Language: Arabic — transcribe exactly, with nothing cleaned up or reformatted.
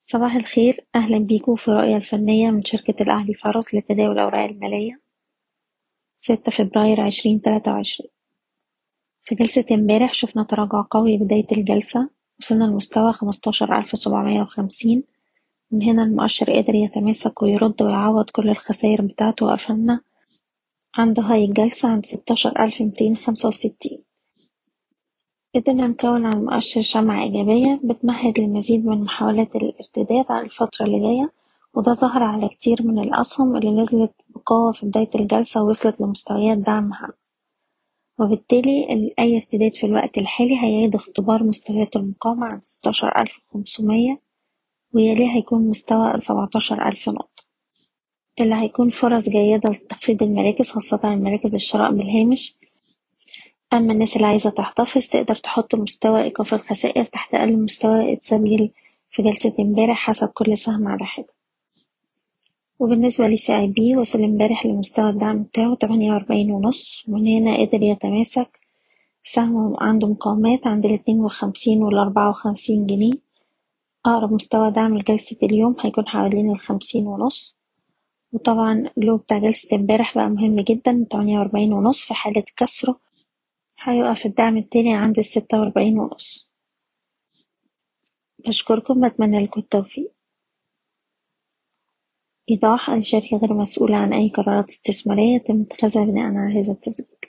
صباح الخير، أهلا بيكم في رؤية الفنية من شركة الأهلي فارس لتداول الأوراق المالية ستة فبراير عشرين تلاتة وعشرين. في جلسة امبارح شفنا تراجع قوي بداية الجلسة، وصلنا لمستوى خمستاشر ألف سبعمية وخمسين. من هنا المؤشر قدر يتماسك ويرد ويعوض كل الخسائر بتاعته، وقفلنا عند هاي الجلسة عند ستاشر ألف ميتين خمسة وستين. قدرنا نكون على المؤشر شمعة إيجابية بتمهد للمزيد من محاولات الارتداد على الفترة اللي جاية، وده ظهر على كتير من الأسهم اللي نزلت بقوة في بداية الجلسة ووصلت لمستويات دعم هام، وبالتالي ال- أي ارتداد في الوقت الحالي هيعيد اختبار مستويات المقاومة عند ستاشر ألف وخمسمية، ويليه هيكون مستوى سبعتاشر ألف نقطة، اللي هيكون فرص جيدة لتخفيض المراكز، خاصة المراكز الشراء بالهامش. أما الناس اللي عايزة تحتفظ تقدر تحط مستوى إيقاف الخسائر تحت أقل مستوى اتسجل في جلسة امبارح حسب كل سهم على حدة. وبالنسبة لسي اي بي وصل امبارح لمستوى الدعم بتاعه تمانية وأربعين ونص، ومن هنا قدر يتماسك. السهم عنده مقاومات عند الاتنين وخمسين والأربعة وخمسين جنيه. أقرب مستوى دعم لجلسة اليوم هيكون حوالين الخمسين ونص، وطبعا اللو بتاع جلسة امبارح بقى مهم جدا تمانية وأربعين ونص، في حالة كسره هيقف الدعم التاني عند الستة وأربعين ونص. بشكركم، بتمنى لكم التوفيق. إيضاح: الشركة غير مسؤولة عن أي قرارات استثمارية يتم اتخاذها بناءً على هذا التسجيل.